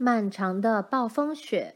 漫长的暴风雪。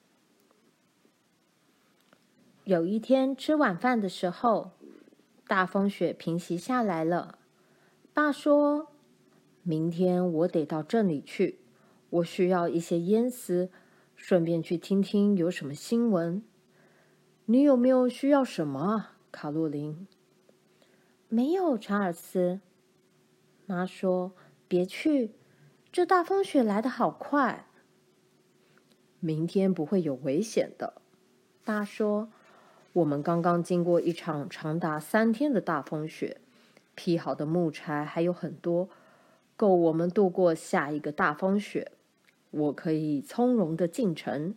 有一天吃晚饭的时候，大风雪平息下来了。爸说：“明天我得到镇里去，我需要一些烟丝，顺便去听听有什么新闻。你有没有需要什么啊，卡洛琳？”“没有，查尔斯。”妈说：“别去，这大风雪来得好快。”“明天不会有危险的。”爸说：“我们刚刚经过一场长达3天的大风雪，劈好的木柴还有很多，够我们度过下一个大风雪。我可以从容的进城。”“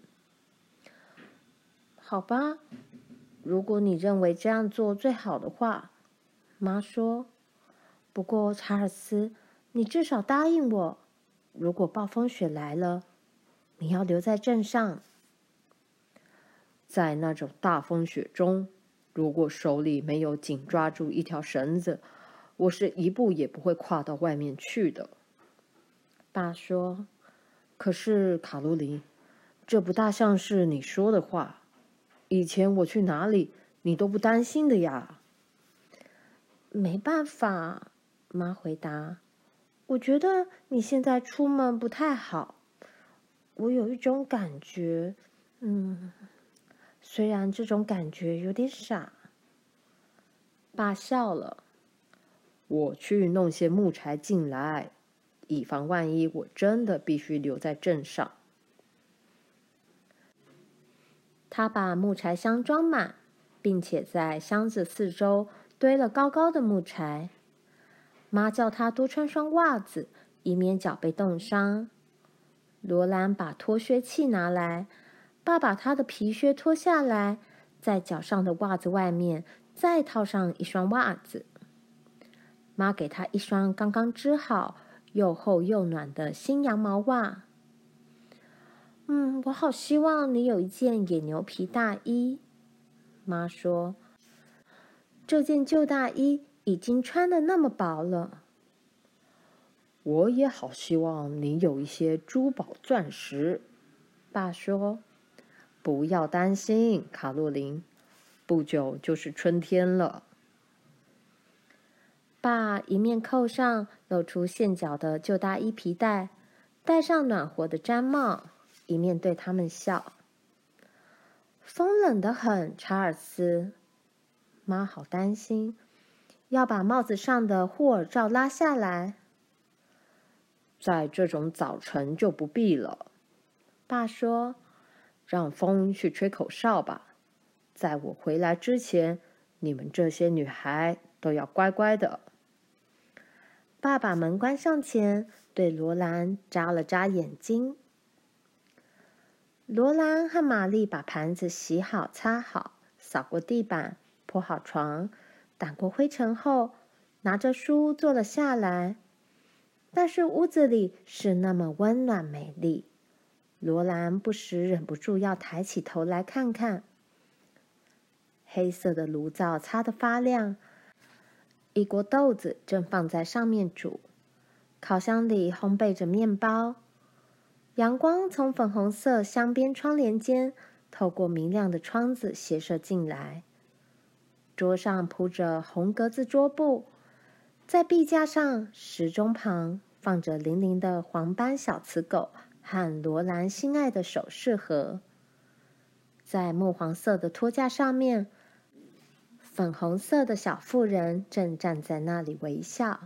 好吧，如果你认为这样做最好的话。”妈说。“不过，查尔斯，你至少答应我，如果暴风雪来了，你要留在镇上。”“在那种大风雪中，如果手里没有紧抓住一条绳子，我是一步也不会跨到外面去的。”爸说。“可是，卡洛琳，这不大像是你说的话。以前我去哪里，你都不担心的呀。”“没办法。”妈回答，“我觉得你现在出门不太好。我有一种感觉，虽然这种感觉有点傻。”爸笑了。“我去弄些木柴进来，以防万一我真的必须留在镇上。”他把木柴箱装满，并且在箱子四周堆了高高的木柴。妈叫他多穿双袜子，以免脚被冻伤。罗兰把脱靴器拿来，爸把他的皮靴脱下来，在脚上的袜子外面再套上一双袜子。妈给他一双刚刚织好、又厚又暖的新羊毛袜。“我好希望你有一件野牛皮大衣。”妈说，“这件旧大衣已经穿得那么薄了。”“我也好希望你有一些珠宝钻石。”爸说。“不要担心，卡洛琳，不久就是春天了。”爸一面扣上露出线脚的旧大衣皮带，戴上暖和的毡帽，一面对他们笑。“风冷得很，查尔斯。”妈好担心，要把帽子上的护耳罩拉下来。“在这种早晨就不必了。”爸说，“让风去吹口哨吧。在我回来之前，你们这些女孩都要乖乖的。”爸把门关上前，对罗兰眨了眨眼睛。罗兰和玛丽把盘子洗好、擦好，扫过地板，铺好床，掸过灰尘后，拿着书坐了下来。但是屋子里是那么温暖美丽，罗兰不时忍不住要抬起头来看看。黑色的炉灶擦得发亮，一锅豆子正放在上面煮，烤箱里烘焙着面包。阳光从粉红色镶边窗帘间透过明亮的窗子斜射进来。桌上铺着红格子桌布，在壁架上时钟旁放着零零的黄斑小瓷狗和罗兰心爱的首饰盒。在木黄色的托架上面，粉红色的小妇人正站在那里微笑。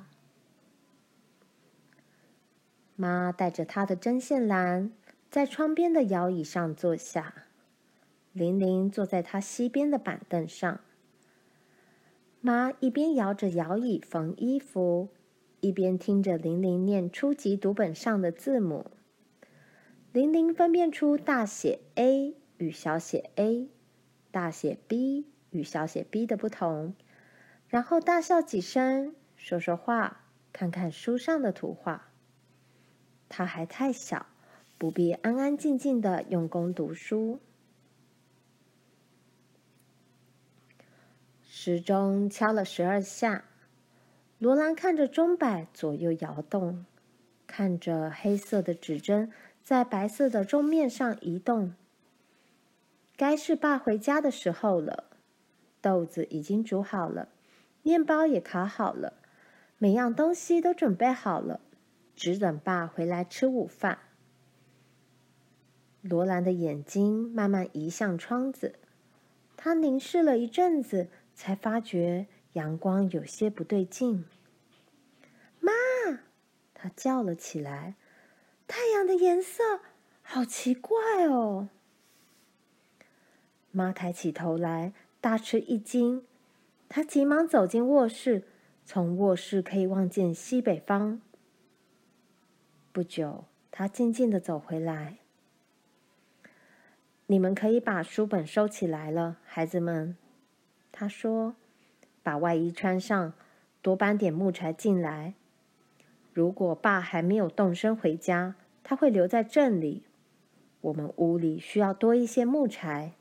妈带着她的针线篮，在窗边的摇椅上坐下。玲玲坐在她西边的板凳上。妈一边摇着摇椅缝衣服，一边听着玲玲念初级读本上的字母。玲玲分辨出大写 A 与小写 A、大写 B 与小写 B 的不同，然后大笑几声，说说话，看看书上的图画。她还太小，不必安安静静的用功读书。时钟敲了12下，罗兰看着钟摆左右摇动，看着黑色的指针在白色的钟面上移动。该是爸回家的时候了。豆子已经煮好了，面包也烤好了，每样东西都准备好了，只等爸回来吃午饭。罗兰的眼睛慢慢移向窗子，他凝视了一阵子，才发觉阳光有些不对劲。妈！他叫了起来，太阳的颜色好奇怪哦。妈抬起头来，大吃一惊。她急忙走进卧室，从卧室可以望见西北方。不久，她静静地走回来。你们可以把书本收起来了，孩子们。她说，把外衣穿上，多搬点木柴进来。如果爸还没有动身回家，他会留在镇里。我们屋里需要多一些木柴。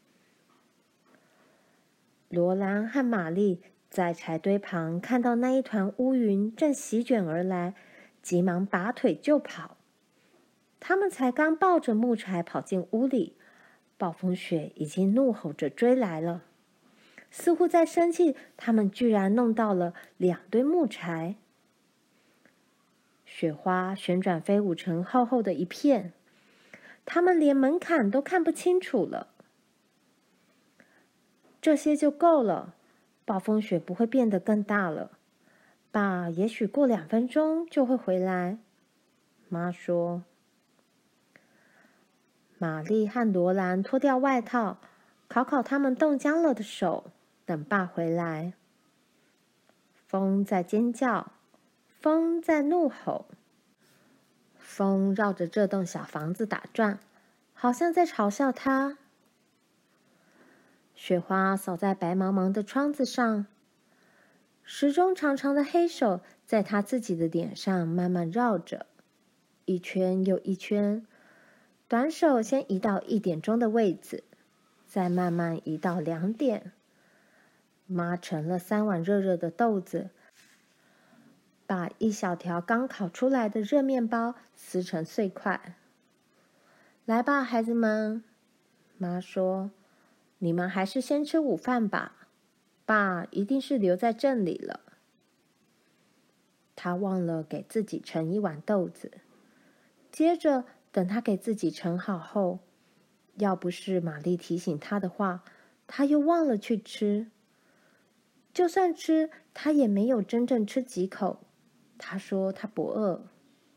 罗兰和玛丽在柴堆旁看到那一团乌云正席卷而来，急忙拔腿就跑。他们才刚抱着木柴跑进屋里，暴风雪已经怒吼着追来了，似乎在生气他们居然弄到了2堆木柴。雪花旋转飞舞成厚厚的一片，他们连门槛都看不清楚了。这些就够了，暴风雪不会变得更大了。爸也许过2分钟就会回来，妈说。玛丽和罗兰脱掉外套，烤烤他们冻僵了的手，等爸回来。风在尖叫，风在怒吼，风绕着这栋小房子打转，好像在嘲笑他。雪花扫在白茫茫的窗子上，时钟长长的黑手在他自己的脸上慢慢绕着，一圈又一圈。短手先移到1点钟的位置，再慢慢移到2点。妈盛了3碗热热的豆子，把一小条刚烤出来的热面包撕成碎块。来吧，孩子们，妈说，你们还是先吃午饭吧，爸一定是留在镇里了。他忘了给自己盛1碗豆子，接着等他给自己盛好后，要不是玛丽提醒他的话，他又忘了去吃。就算吃，他也没有真正吃几口。他说他不饿。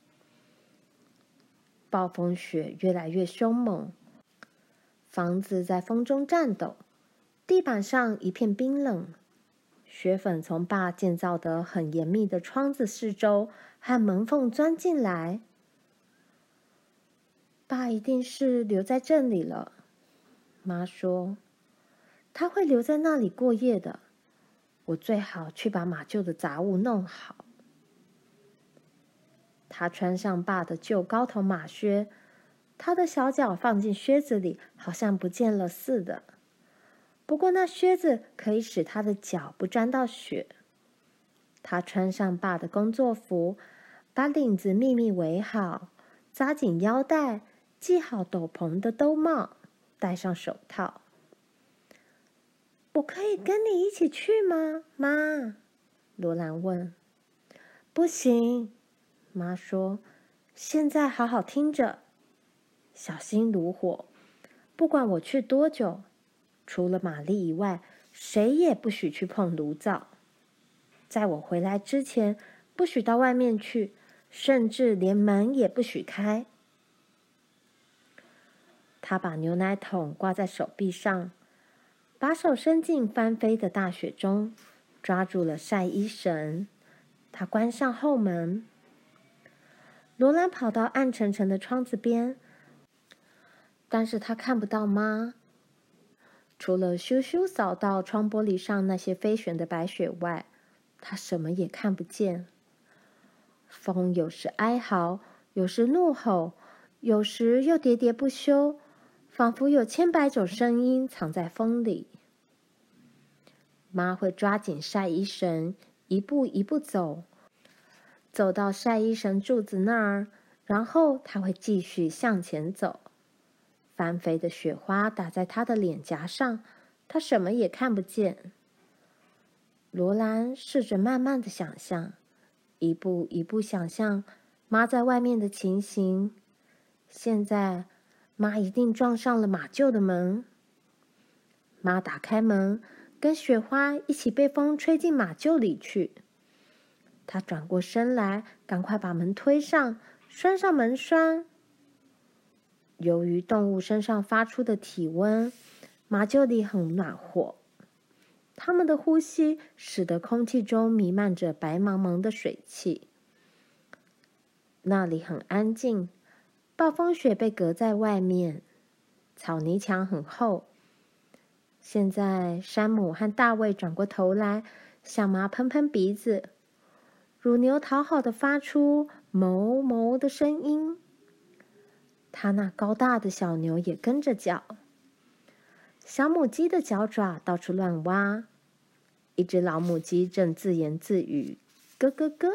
暴风雪越来越凶猛，房子在风中颤抖，地板上一片冰冷，雪粉从爸建造的很严密的窗子四周和门缝钻进来。爸一定是留在镇里了，妈说，他会留在那里过夜的。我最好去把马厩的杂物弄好。他穿上爸的旧高筒马靴，他的小脚放进靴子里，好像不见了似的。不过那靴子可以使他的脚不沾到雪。他穿上爸的工作服，把领子密密围好，扎紧腰带，系好斗篷的兜帽，戴上手套。我可以跟你一起去吗，妈？罗兰问。不行，妈说，现在好好听着，小心炉火。不管我去多久，除了玛丽以外，谁也不许去碰炉灶。在我回来之前，不许到外面去，甚至连门也不许开。他把牛奶桶挂在手臂上，把手伸进翻飞的大雪中，抓住了晒衣绳。他关上后门。罗兰跑到暗沉沉的窗子边，但是他看不到妈。除了咻咻扫到窗玻璃上那些飞旋的白雪外，他什么也看不见。风有时哀嚎，有时怒吼，有时又喋喋不休，仿佛有千百种声音藏在风里。妈会抓紧晒衣绳，一步一步走，走到晒衣绳柱子那儿， 然后他会继续向前走。翻飞的雪花打在他的脸颊上，他什么也看不见。罗兰试着慢慢的想象，一步一步想象妈在外面的情形。现在，妈一定撞上了马厩的门。妈打开门，跟雪花一起被风吹进马厩里去。她转过身来，赶快把门推上，拴上门栓。由于动物身上发出的体温，马厩里很暖和。它们的呼吸使得空气中弥漫着白茫茫的水汽。那里很安静，暴风雪被隔在外面，草泥墙很厚。现在，山姆和大卫转过头来，向妈喷喷鼻子。乳牛讨好的发出哞哞的声音，它那高大的小牛也跟着叫。小母鸡的脚爪到处乱挖，一只老母鸡正自言自语：“咯咯咯。”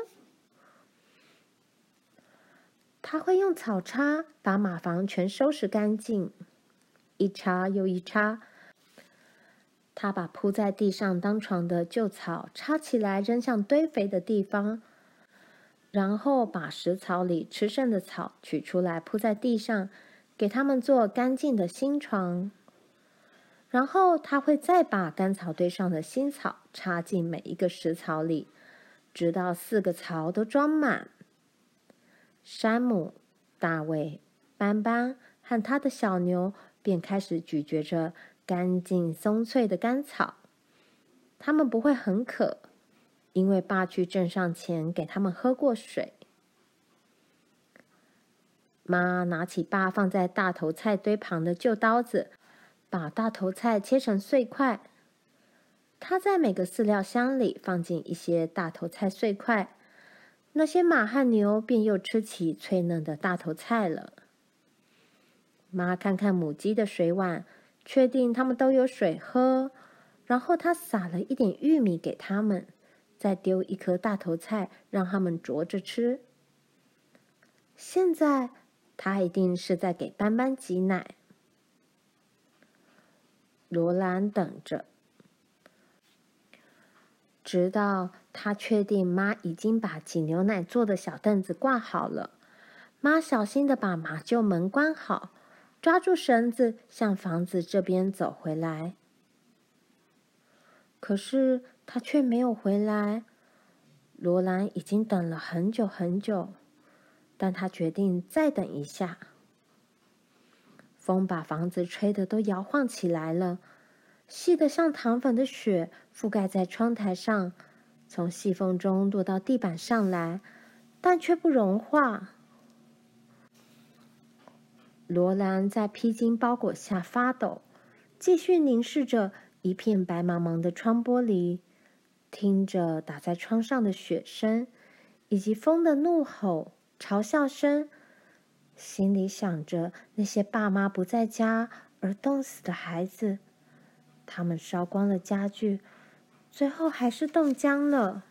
它会用草叉把马房全收拾干净，一叉又一叉。他把铺在地上当床的旧草插起来，扔向堆肥的地方，然后把食槽里吃剩的草取出来铺在地上，给它们做干净的新床。然后他会再把干草堆上的新草插进每一个食槽里，直到4个槽都装满。山姆、大卫、斑斑和他的小牛便开始咀嚼着干净松脆的干草。他们不会很渴，因为爸去镇上前给他们喝过水。妈拿起爸放在大头菜堆旁的旧刀子，把大头菜切成碎块。他在每个饲料箱里放进一些大头菜碎块，那些马和牛便又吃起脆嫩的大头菜了。妈看看母鸡的水碗，确定它们都有水喝，然后她撒了一点玉米给它们，再丢一颗大头菜让它们啄着吃。现在她一定是在给斑斑挤奶。罗兰等着，直到他确定妈已经把挤牛奶做的小凳子挂好了。妈小心地把马厩门关好，抓住绳子向房子这边走回来。可是他却没有回来。罗兰已经等了很久很久，但他决定再等一下。风把房子吹得都摇晃起来了，细得像糖粉的雪覆盖在窗台上，从细缝中落到地板上来，但却不融化。罗兰在披巾包裹下发抖，继续凝视着一片白茫茫的窗玻璃，听着打在窗上的雪声，以及风的怒吼、嘲笑声，心里想着那些爸妈不在家而冻死的孩子。他们烧光了家具，最后还是冻僵了。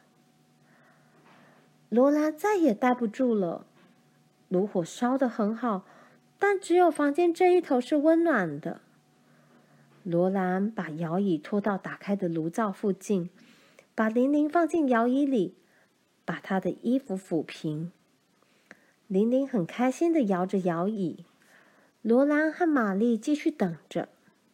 罗兰再也待不住了，炉火烧得很好，但只有房间这一头是温暖的。罗兰把摇椅拖到打开的炉灶附近，把玲玲放进摇椅里，把她的衣服抚平。玲玲很开心地摇着摇椅，罗兰和玛丽继续等着。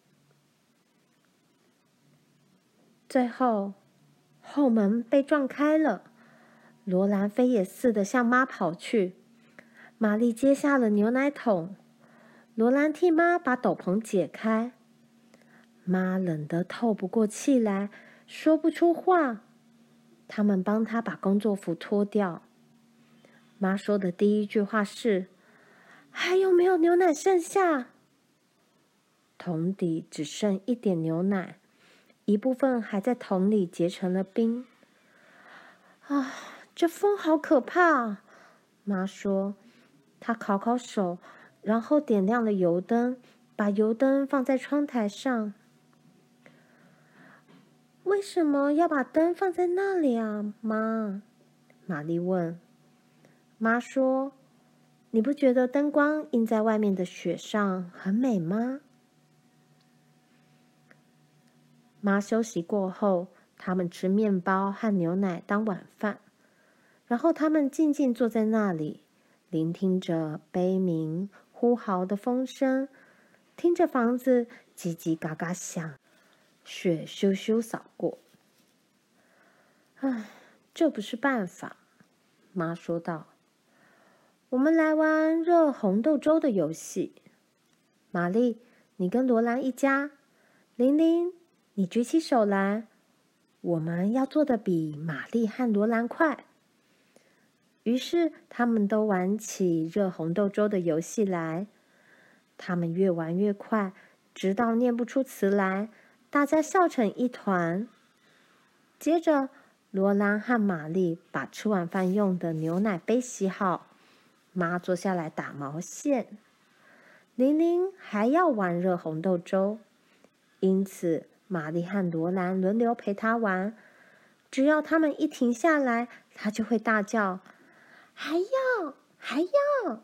最后，后门被撞开了，罗兰飞也似的向妈跑去。玛丽接下了牛奶桶，罗兰替妈把斗篷解开。妈冷得透不过气来，说不出话。他们帮她把工作服脱掉。妈说的第一句话是：“还有没有牛奶剩下？”桶底只剩一点牛奶，一部分还在桶里结成了冰。啊，这风好可怕！妈说。她烤烤手，然后点亮了油灯，把油灯放在窗台上。为什么要把灯放在那里啊，妈？玛丽问。妈说：“ 你不觉得灯光映在外面的雪上很美吗？”妈休息过后，他们吃面包和牛奶当晚饭，然后他们静静坐在那里，聆听着悲鸣、呼嚎的风声，听着房子叽叽嘎嘎响，雪咻咻扫过。唉，这不是办法，妈说道。我们来玩热红豆粥的游戏。玛丽，你跟罗兰一家。玲玲，你举起手来。我们要做的比玛丽和罗兰快。于是他们都玩起热红豆粥的游戏来。他们越玩越快，直到念不出词来，大家笑成一团。接着，罗兰和玛丽把吃晚饭用的牛奶杯洗好。妈坐下来打毛线，玲玲还要玩热红豆粥，因此玛丽和罗兰轮流陪她玩。只要他们一停下来，她就会大叫：“还要，还要！”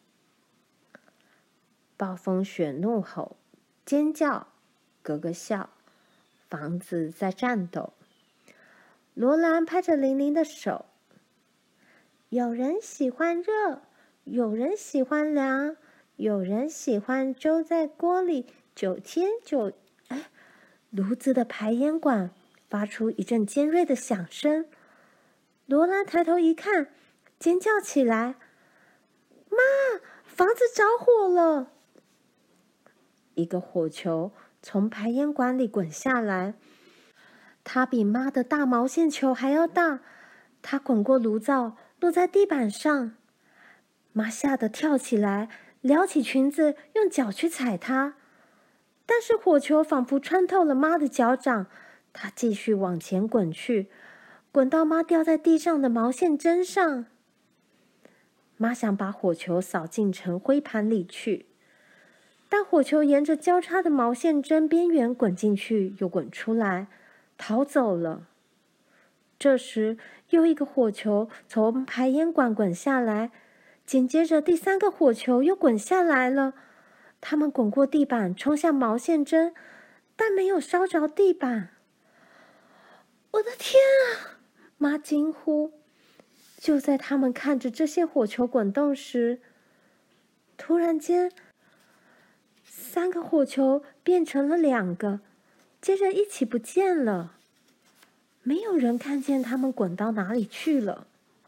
暴风雪怒吼、尖叫、咯咯笑，房子在颤抖。罗兰拍着玲玲的手：“有人喜欢热。有人喜欢凉，有人喜欢粥在锅里9天9……炉子的排烟管发出一阵尖锐的响声。罗兰抬头一看，尖叫起来：“妈，房子着火了！”一个火球从排烟管里滚下来，它比妈的大毛线球还要大，它滚过炉灶，落在地板上。妈吓得跳起来，撩起裙子，用脚去踩它。但是火球仿佛穿透了妈的脚掌，它继续往前滚去，滚到妈掉在地上的毛线针上。妈想把火球扫进成灰盘里去，但火球沿着交叉的毛线针边缘滚进去，又滚出来，逃走了。这时，又一个火球从排烟管滚下来。紧接着，第3个火球又滚下来了。它们滚过地板，冲向毛线针，但没有烧着地板。我的天啊！妈惊呼。就在他们看着这些火球滚动时，突然间，3个火球变成了2个，接着一起不见了。没有人看见他们滚到哪里去了。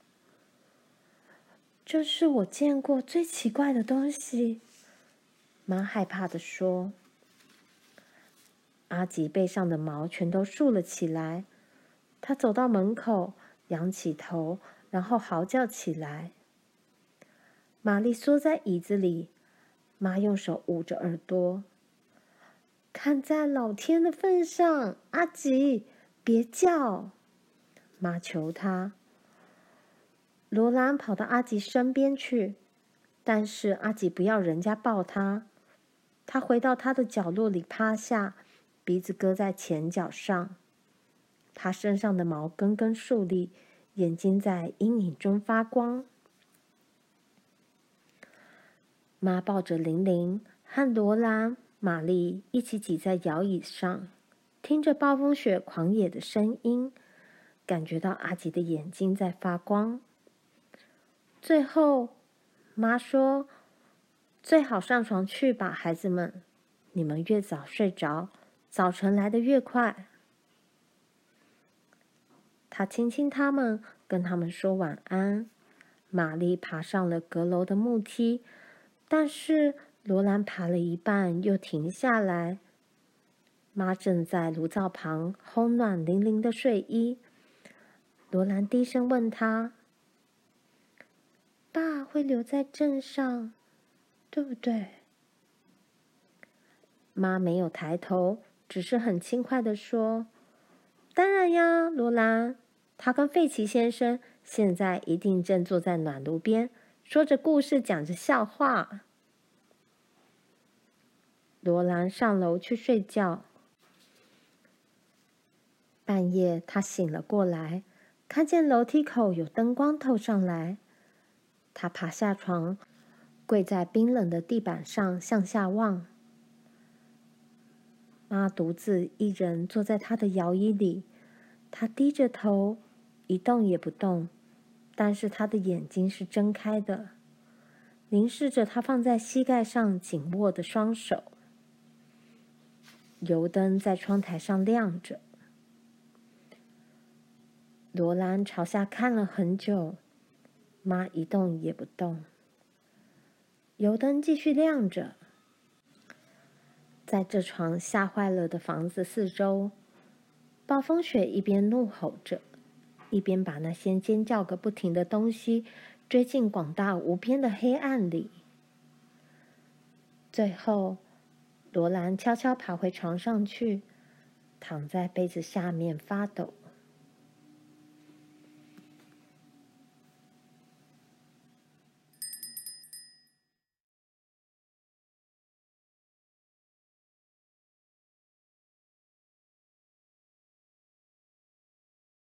这是我见过最奇怪的东西，妈害怕地说。阿吉背上的毛全都竖了起来，他走到门口，仰起头，然后嚎叫起来。玛丽缩在椅子里，妈用手捂着耳朵。看在老天的份上，阿吉，别叫！妈求他。罗兰跑到阿吉身边去，但是阿吉不要人家抱他。他回到他的角落里趴下，鼻子搁在前脚上。他身上的毛根根竖立，眼睛在阴影中发光。妈抱着玲玲和罗兰、玛丽一起挤在摇椅上，听着暴风雪狂野的声音，感觉到阿吉的眼睛在发光。最后，妈说：“最好上床去吧，孩子们，你们越早睡着，早晨来得越快。”她亲亲他们，跟他们说晚安。玛丽爬上了阁楼的木梯，但是罗兰爬了一半又停下来。妈正在炉灶旁烘暖玲玲的睡衣。罗兰低声问她：“爸会留在镇上，对不对？”妈没有抬头，只是很轻快地说：“当然呀，罗兰。他跟费奇先生现在一定正坐在暖炉边，说着故事，讲着笑话。”罗兰上楼去睡觉。半夜，他醒了过来，看见楼梯口有灯光透上来。他爬下床， 跪在冰冷的地板上向下望。妈独自一人坐在她的摇椅里，她低着头，一动也不动，但是她的眼睛是睁开的，凝视着她放在膝盖上紧握的双手。油灯在窗台上亮着。罗兰朝下看了很久，妈一动也不动。油灯继续亮着。在这床吓坏了的房子四周，暴风雪一边怒吼着，一边把那些尖叫个不停的东西追进广大无边的黑暗里。最后，罗兰悄悄爬回床上去，躺在被子下面发抖。